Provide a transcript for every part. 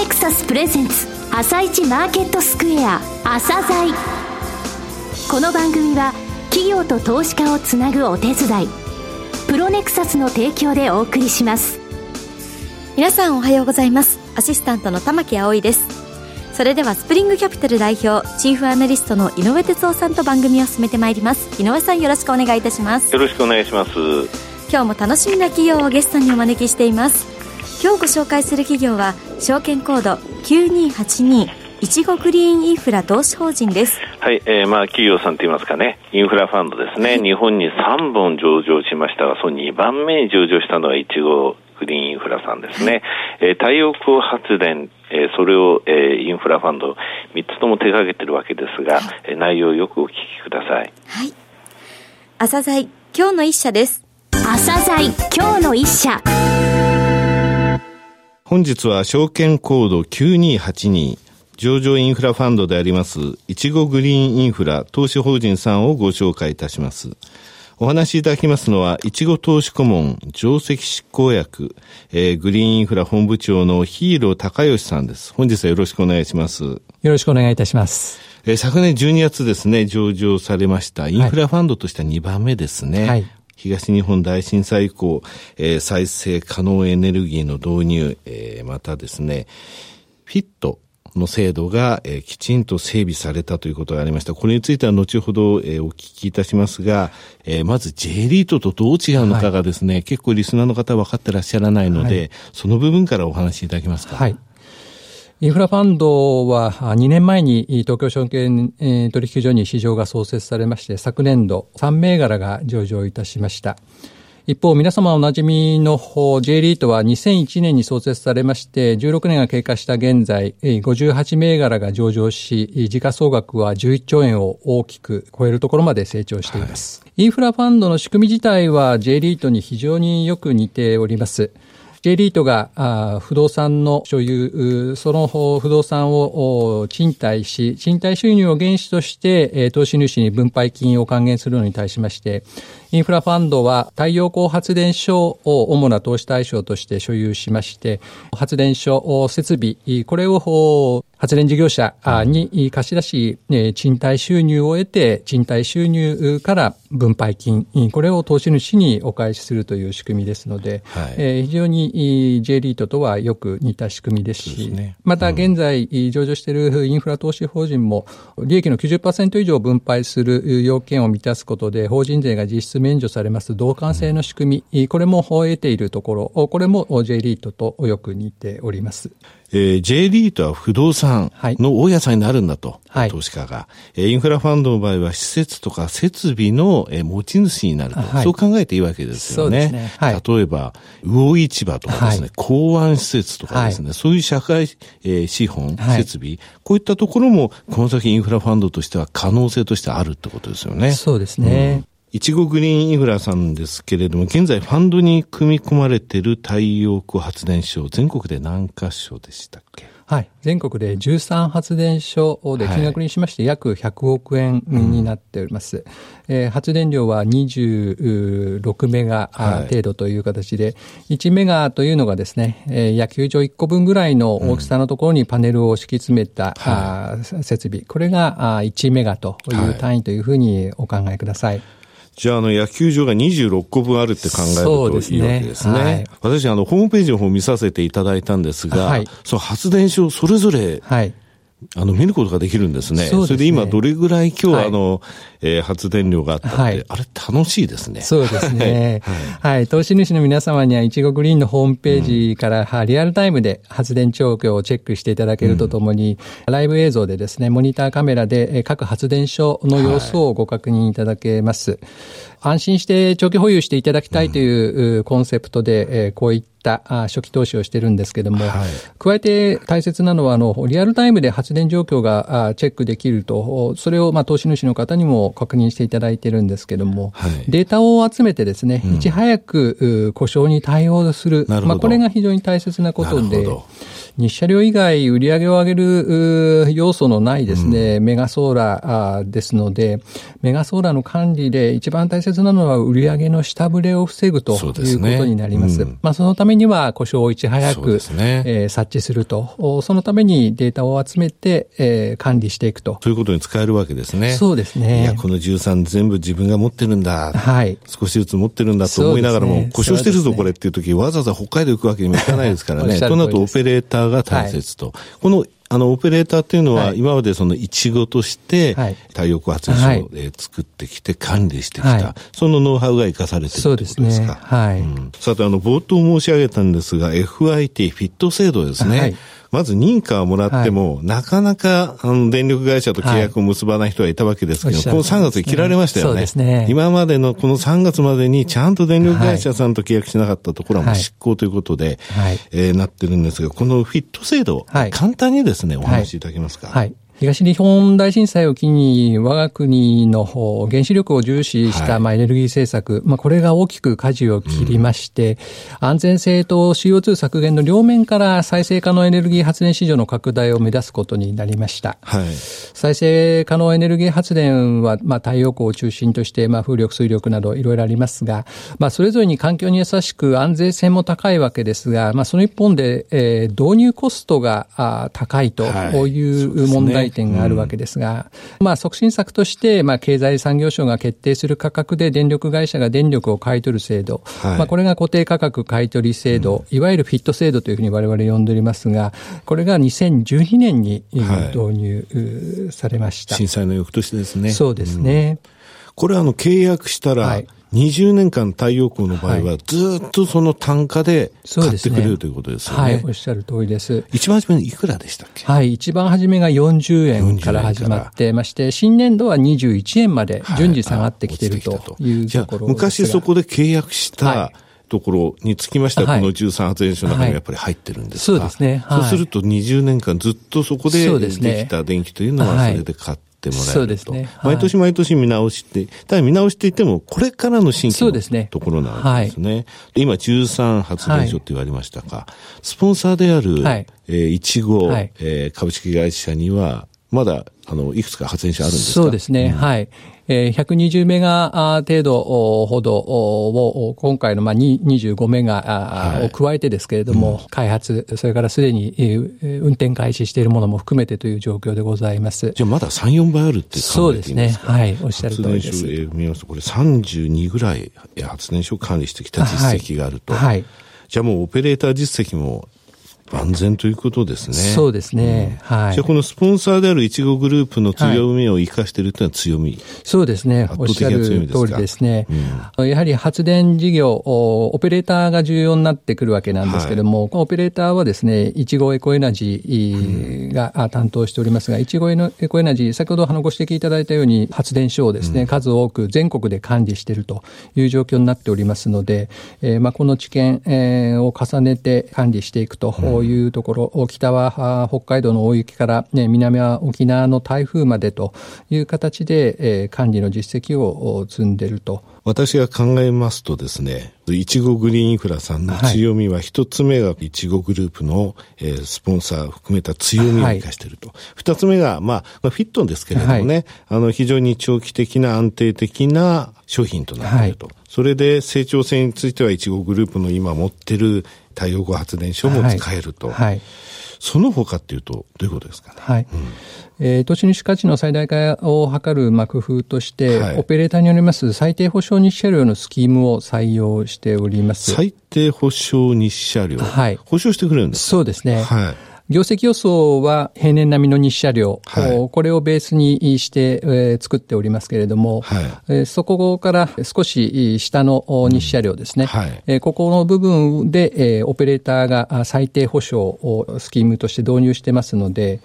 クサスプレゼンツ朝市マーケットスクエア朝鮮。この番組は企業と投資家をつなぐお手伝い、プロネクサスの提供でお送りします。 皆さんおはようございます。アシスタントの玉木葵です。それではスプリングキャピタル代表チーフアナリストの井上哲夫さんと番組を進めてまいります。井上さん、よろしくお願いいたします。 よろしくお願いします。 今日も楽しみな企業をゲストにお招きしています。今日ご紹介する企業は証券コード9282いちごグリーンインフラ投資法人です。 はい、企業さんといいますかね、インフラファンドですね、はい、日本に3本上場しましたが、その2番目に上場したのがいちごグリーンインフラさんですね。太陽光発電、それを、インフラファンド3つとも手掛けてるわけですが、はい、内容をよくお聞きください。 はい。朝鮮今日の一社です。 朝鮮今日の一社。 本日は証券コード9282上場インフラファンドでありますいちごグリーンインフラ投資法人さんをご紹介いたします。お話しいただきますのは、いちご投資顧問上席執行役、グリーンインフラ本部長の日色孝義さんです。本日はよろしくお願いします。よろしくお願いいたします。 昨年12月ですね、上場されましたインフラファンドとしては2番目ですね。はい、東日本大震災以降、再生可能エネルギーの導入、またですね、フィットの制度が、きちんと整備されたということがありました。これについては後ほど、お聞きいたしますが、まず J リートとどう違うのかがですね、はい、結構リスナーの方は分かってらっしゃらないので、はい、その部分からお話しいただけますか。 はい。インフラファンドは2年前に東京証券取引所に市場が創設されまして、昨年度3銘柄が上場いたしました。一方、皆様おなじみのJ リートは2001年に創設されまして、16年が経過した現在、58銘柄が上場し、時価総額は11兆円を大きく超えるところまで成長しています。はい、インフラファンドの仕組み自体は J リートに非常によく似ております。J リートが不動産の所有、その不動産を賃貸し、賃貸収入を原資として投資主に分配金を還元するのに対しまして、インフラファンドは太陽光発電所を主な投資対象として所有しまして、発電所設備、これを発電事業者に貸し出し、賃貸収入を得て、賃貸収入から分配金、これを投資主にお返しするという仕組みですので、はい、非常に J リートとはよく似た仕組みですし、また現在上場しているインフラ投資法人も利益の 90% 以上分配する要件を満たすことで、法人税が実質免除されます同関税の仕組み、これも得ているところ、これも J リートとよく似ております。 J リートは不動産の大家さんになるんだと、はい、投資家が。インフラファンドの場合は施設とか設備の持ち主になると、はい、そう考えていいわけですよね。そうですね。はい、例えば、魚市場とかですね、はい、港湾施設とかですね、はい、そういう社会、資本、設備、こういったところもこの先インフラファンドとしては可能性としてあるってことですよね。 そうですね。 いちごグリーンインフラさんですけれども、現在ファンドに組み込まれている太陽光発電所、全国で何カ所でしたっけ？ はい。全国で13発電所で金額にしまして約100億円になっております。発電量は26メガ程度という形で、1メガというのがですね、野球場1個分ぐらいの大きさのところにパネルを敷き詰めた、設備。これが1メガという単位というふうにお考えください。 じゃあ、野球場が26個分あるって考えるといいわけですね。はい、私、ホームページの方見させていただいたんですが、はい、その発電所それぞれ、はい、見ることができるんですね。そうですね。それで今どれぐらい今日、はい、発電量があったって、はい、あれ楽しいですね。 そうですね。はい、はい。投資主の皆様には、いちごグリーンのホームページから、リアルタイムで発電状況をチェックしていただけるとともに、ライブ映像でですね、モニターカメラで各発電所の様子をご確認いただけます。はい、安心して長期保有していただきたいというコンセプトで、こういった初期投資をしてるんですけども、はい、加えて大切なのは、リアルタイムで発電状況がチェックできると、それを投資主の方にもも確認していただいているんですけども、データを集めてですね、いち早く故障に対応する。これが非常に大切なことで、日射量以外売り上げを上げる要素のないですね、メガソーラーですので、メガソーラーの管理で一番大切なのは売り上げの下振れを防ぐということになります。そのためには故障をいち早く、察知すると、そのためにデータを集めて、管理していくと。 そういうことに使えるわけですね。 そうですね。 いや、この13全部自分が持ってるんだ。少しずつ持ってるんだと思いながらも、故障してるぞこれっていう時、わざわざ北海道行くわけにもいかないですからね。となるとオペレーターが大切と。このオペレーターっていうのは、今までそのイチゴとして太陽光発電所で作ってきて管理してきた、そのノウハウが生かされているということですか。さて、冒頭申し上げたんですが、FIT、フィット制度ですね。まず認可をもらっても、なかなか電力会社と契約を結ばない人がいたわけですけど、この3月に切られましたよね。今までのこの3月までにちゃんと電力会社さんと契約しなかったところはもう執行ということで、なってるんですが、このフィット制度、簡単にですね、お話しいただけますか。 東日本大震災を機に我が国の原子力を重視したエネルギー政策、これが大きく舵を切りまして、安全性と CO2 削減の両面から再生可能エネルギー発電市場の拡大を目指すことになりました。再生可能エネルギー発電は太陽光を中心として風力、水力などいろいろありますが、それぞれに環境に優しく安全性も高いわけですが、その一方で、導入コストが高いという問題点があるわけですが、促進策として、経済産業省が決定する価格で電力会社が電力を買い取る制度、これが固定価格買い取り制度、いわゆるフィット制度というふうに我々呼んでおりますが、これが2012年に導入されました。 震災の翌年ですね。 そうですね。 これ契約したら、20年間太陽光の場合はずっとその単価で買ってくれるということですよね。 おっしゃる通りです。 一番初めにいくらでしたっけ？ 一番初めが40円から始まってまして、新年度は21円まで順次下がってきているというところですが。 じゃあ、昔そこで契約したところにつきましては、この13発電所の中にやっぱり入ってるんですか？ そうですね。 そうすると20年間ずっとそこでできた電気というのはそれで買ってもらえると。 そうですね。 毎年毎年見直して、ただ見直していても、これからの新規のところなわけですね。今、13発電所って言われましたが、スポンサーである、いちご株式会社には、まだ、いくつか発電所あるんですか？ そうですね。120メガ程度ほどを、今回の25メガを加えてですけれども、開発、それからすでに運転開始しているものも含めてという状況でございます。 じゃあまだ3、4倍あるって考えていいんですか？ そうですね。おっしゃる通りです。 発電所、見ますと、これ32ぐらい発電所を管理してきた実績があると。じゃあもうオペレーター実績も万全ということですね。 そうですね。 じゃあこのスポンサーであるいちごグループの強みを生かしているというのは強み。 そうですね。おっしゃる通りですね。やはり発電事業、オペレーターが重要になってくるわけなんですけれども、オペレーターはですね、いちごエコエナジーが担当しておりますが、いちごエコエナジー、先ほどご指摘いただいたように発電所をですね、数多く全国で管理しているという状況になっておりますので、この知見を重ねて管理していくというところ、北は北海道の大雪から、南は沖縄の台風までという形で、管理の実績を積んでいると。 私が考えますとですね、いちごグリーンインフラさんの強みは一つ目がいちごグループの、スポンサーを含めた強みを生かしていると。二つ目が、フィットですけれどもね、非常に長期的な安定的な商品となっていると。それで成長性についてはいちごグループの今持っている太陽光発電所も使えると。その他っていうとどういうことですかね？ 投資主価値の最大化を図る工夫として、オペレーターによります最低保証日射量のスキームを採用しております。 最低保証日射量、保証してくれるんですか？ そうですね。業績予想は平年並みの日射量、これをベースにして、作っておりますけれども、そこから少し下の日射量ですね、ここの部分で、オペレーターが最低保証をスキームとして導入してますので、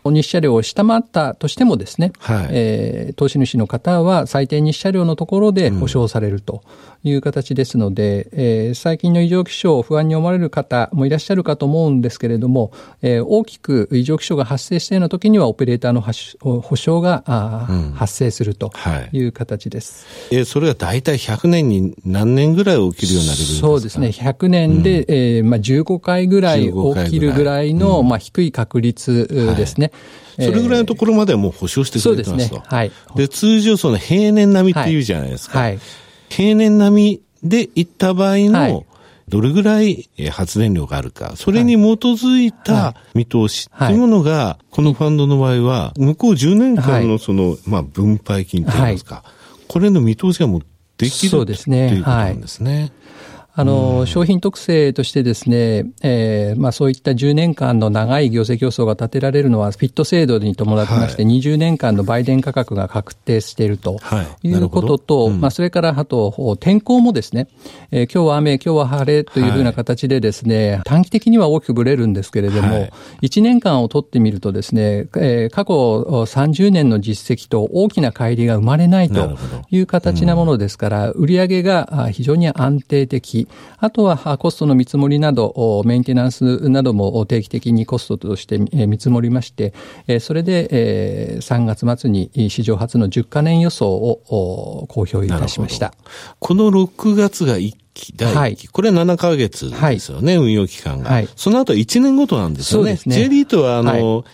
日射量を下回ったとしてもですね、投資主の方は最低日射量のところで保証されるという形ですので、最近の異常気象を不安に思われる方もいらっしゃるかと思うんですけれども、大きく異常気象が発生したような時にはオペレーターの保証が発生するという形です。 それは大体100年に何年ぐらい起きるようなレベルですか？ そうですね。100年で、15回ぐらい起きるぐらいの、低い確率ですね。 それぐらいのところまではもう保証してくれてますと。 そうですね。はい。 で、通常その平年並みっていうじゃないですか。平年並みでいった場合の、どれぐらい発電量があるか、それに基づいた見通しというものが、このファンドの場合は、向こう10年間の分配金といいますか、これの見通しがもうできるということなんですね。 商品特性としてですね、そういった10年間の長い業績予想が立てられるのは、フィット制度に伴ってまして、20年間の売電価格が確定しているということと、それからあと、天候もですね、今日は雨、今日は晴れというふうな形でですね、短期的には大きくぶれるんですけれども、1年間を取ってみるとですね、過去30年の実績と大きな乖離が生まれないという形なものですから、売上が非常に安定的、あとはコストの見積もりなど、メンテナンスなども定期的にコストとして見積もりまして、それで3月末に史上初の10カ年予想を公表いたしました。 この6月が第1期、これは7ヶ月ですよね、運用期間が。その後は1年ごとなんですよね。そうですね。J リートは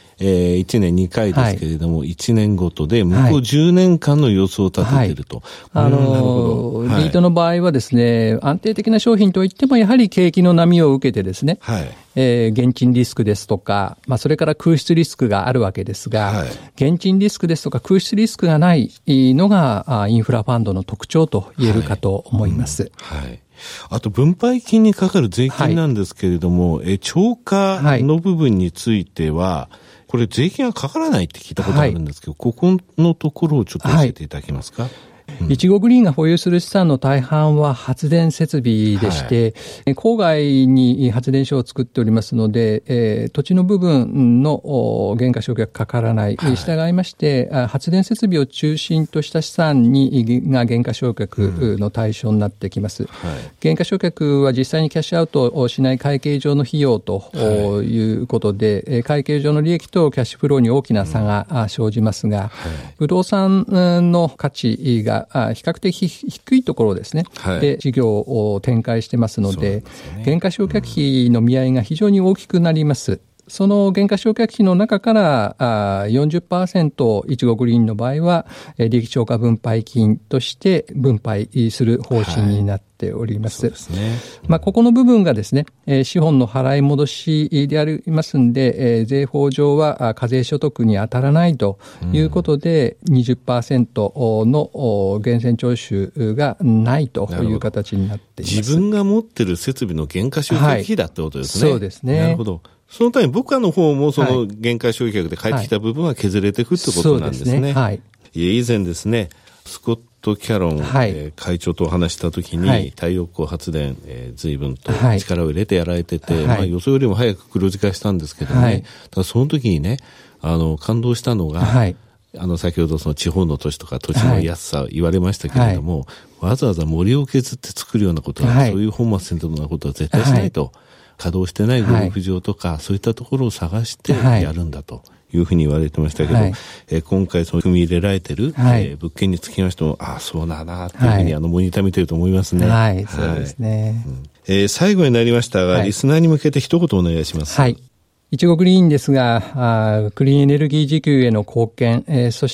1年2回ですけれども、1年ごとで向こう10年間の予想を立てていると。 リートの場合はですね、安定的な商品といってもやはり景気の波を受けてですね、現金リスクですとか、それから空室リスクがあるわけですが、現金リスクですとか空室リスクがないのがインフラファンドの特徴と言えるかと思います。 あと分配金にかかる税金なんですけれども、超過の部分については、これ税金がかからないって聞いたことあるんですけど、ここのところをちょっと教えていただけますか？ いちごグリーンが保有する資産の大半は発電設備でして、郊外に発電所を作っておりますので、土地の部分の減価償却かからない。従いまして、発電設備を中心とした資産が減価償却の対象になってきます。減価償却は実際にキャッシュアウトをしない会計上の費用ということで、会計上の利益とキャッシュフローに大きな差が生じますが、不動産の価値が比較的低いところですね、で事業を展開してますので、減価償却費の見合いが非常に大きくなります。その減価償却費の中から 40% いちごグリーンの場合は利益超過分配金として分配する方針になっております。ここの部分がですね、資本の払い戻しでありますんで、税法上は課税所得に当たらないということで、20% の源泉徴収がないという形になっています。 自分が持っている設備の減価償却費だってことですね。 そうですね。 なるほど。そのために僕らの方もその減価償却で返ってきた部分は削れていくってことなんですね。以前ですね、スコット・キャロン、会長とお話したときに、太陽光発電、随分と力を入れてやられてて、予想よりも早く黒字化したんですけどね、ただその時にね、感動したのが、先ほどその地方の土地とか土地の安さ言われましたけれども、わざわざ森を削って作るようなことは、そういう本末転倒なことは絶対しないと。稼働してないゴルフ場とか、そういったところを探してやるんだというふうに言われてましたけど、今回その踏み入れられてる、物件につきましても、そうだなというふうにモニター見てると思いますね。 そうですね。 最後になりましたが、リスナーに向けて一言お願いします。 いちごグリーンですが、クリーンエネルギー自給への貢献、そして、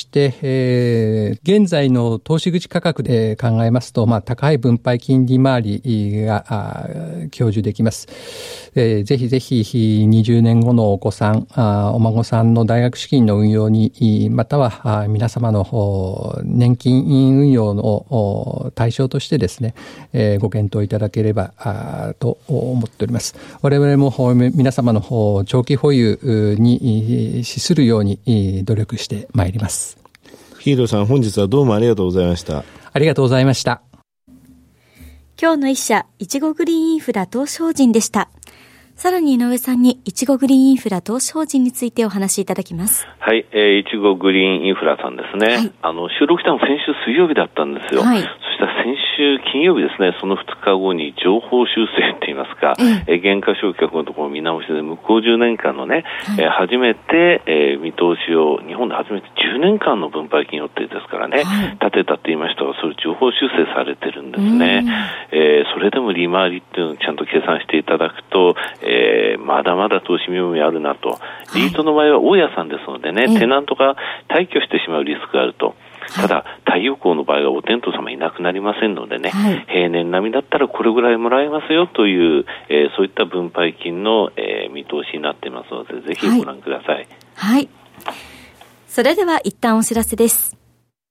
現在の投資口価格で考えますと、高い分配金利回りが享受できます。ぜひぜひ20年後のお子さん、お孫さんの大学資金の運用に、または皆様の年金運用の対象としてですね、ご検討いただければと思っております。我々も皆様の長期保有に資するように努力してまいります。 ヒーローさん、本日はどうもありがとうございました。 ありがとうございました。 今日の一社、いちごグリーンインフラ投資法人でした。 さらに井上さんにいちごグリーンインフラ投資法人についてお話しいただきます。 はい、いちごグリーンインフラさんですね。はい、収録したの先週水曜日だったんですよ。はい、そしたら先週金曜日ですね、その2日後に情報修正って言いますか、減価償却のところを見直して、向こう10年間のね、初めて、見通しを、日本で初めて10年間の分配金予定ですからね、立てたって言いましたが、それ情報修正されてるんですね。それでも利回りっていうのをちゃんと計算していただくと、まだまだ投資見込みあるなと。リートの場合は大家さんですのでね、テナントが退去してしまうリスクがあると。ただ、太陽光の場合はお天道様いなくなりませんのでね、平年並みだったらこれぐらいもらえますよという、そういった分配金の、見通しになっていますので、ぜひご覧ください。 はい。それでは一旦お知らせです。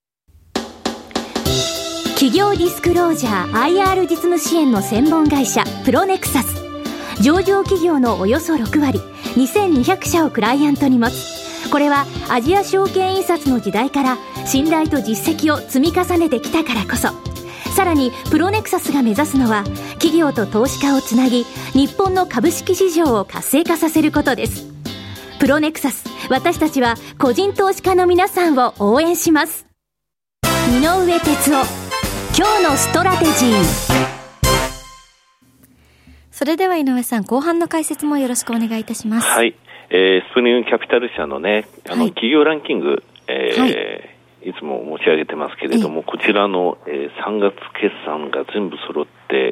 企業ディスクロージャー IR 実務支援の専門会社プロネクサス。上場企業のおよそ6割、2200社をクライアントに持つ。これはアジア証券印刷の時代から信頼と実績を積み重ねてきたからこそ。さらにプロネクサスが目指すのは企業と投資家をつなぎ、日本の株式市場を活性化させることです。プロネクサス、私たちは個人投資家の皆さんを応援します。井上哲夫、今日のストラテジー。 それでは井上さん、後半の解説もよろしくお願いいたします。 はい、スプリングキャピタル社のね、企業ランキング、いつも申し上げてますけれども、こちらの、3月決算が全部揃って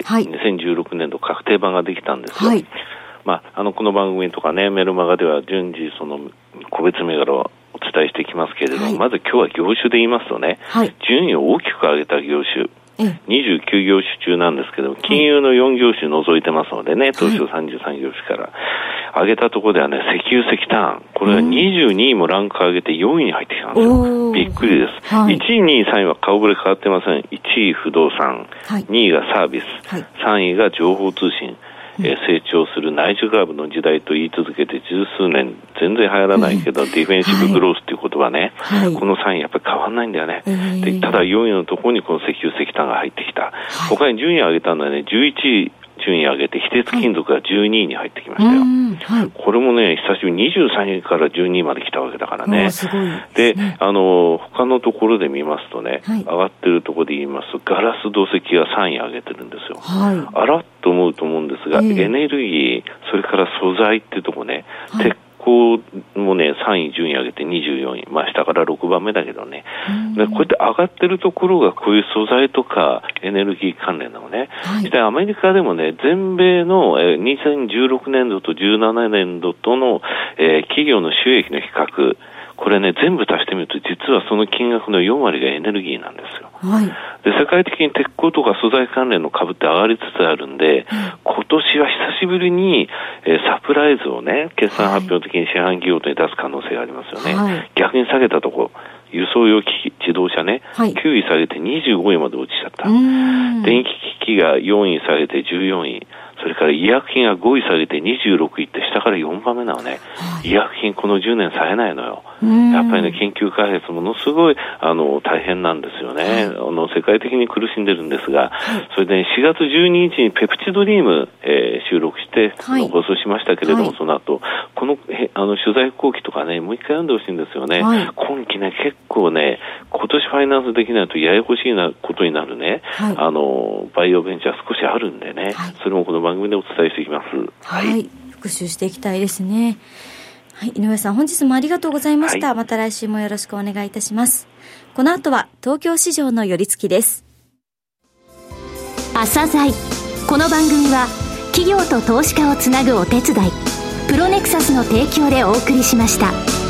、2016年度確定版ができたんですよ。この番組とかね、メルマガでは順次その個別銘柄をお伝えしていきますけれども、まず今日は業種で言いますとね、順位を大きく上げた業種、29業種中なんですけども、金融の4業種除いてますのでね、東証33業種から上げたところではね、石油石炭、これは22位もランク上げて4位に入ってきたんですよ。びっくりです。1位、2位、3位は顔ぶれ変わってません。1位不動産、2位がサービス、3位が情報通信。成長する内需カーブの時代と言い続けて十数年全然流行らないけど、ディフェンシブグロースっていう言葉ね、この3位やっぱり変わんないんだよね。でただ4位のところにこの石油石炭が入ってきた。他に順位を上げたのはね、11位順位上げて非鉄金属が12位に入ってきましたよ。これもね、久しぶりに23位から12位まで来たわけだからね。で、他のところで見ますとね、上がってるところで言いますと、ガラス土石が3位上げてるんですよ。あらっと思うと思うんですが、エネルギー、それから素材っていうところね、鉄鋼もね、3位順位上げて24位。下から6番目だけどね。でこうやって上がってるところがこういう素材とかエネルギー関連なのね。実際アメリカでもね、全米の2016年度と17年度との企業の収益の比較、これね、全部足してみると実はその金額の4割がエネルギーなんですよ。で世界的に鉄鋼とか素材関連の株って上がりつつあるんで、今年は久しぶりに、サプライズをね、決算発表的に四半期ごとに出す可能性がありますよね。逆に下げたところ、輸送用機器、自動車ね、9位下げて25位まで落ちちゃった。電気機器が4位下げて14位。それから医薬品が5位下げて26位って下から4番目なのね。医薬品この10年冴えないのよ。やっぱりね、研究開発ものすごい大変なんですよね。世界的に苦しんでるんですが、それで、4月12日にペプチドリーム、収録して放送しましたけれども、その後この取材後期とかね、もう一回読んでほしいんですよね。今期ね、結構ね、今年ファイナンスできないとややこしいなことになるね、バイオベンチャー少しあるんでね、それもこの番組でお伝えしていきます。 復習していきたいですね。井上さん、本日もありがとうございました。また来週もよろしくお願いいたします。この後は東京市場の寄り付きです。 朝鮮。この番組は企業と投資家をつなぐお手伝い、プロネクサスの提供でお送りしました。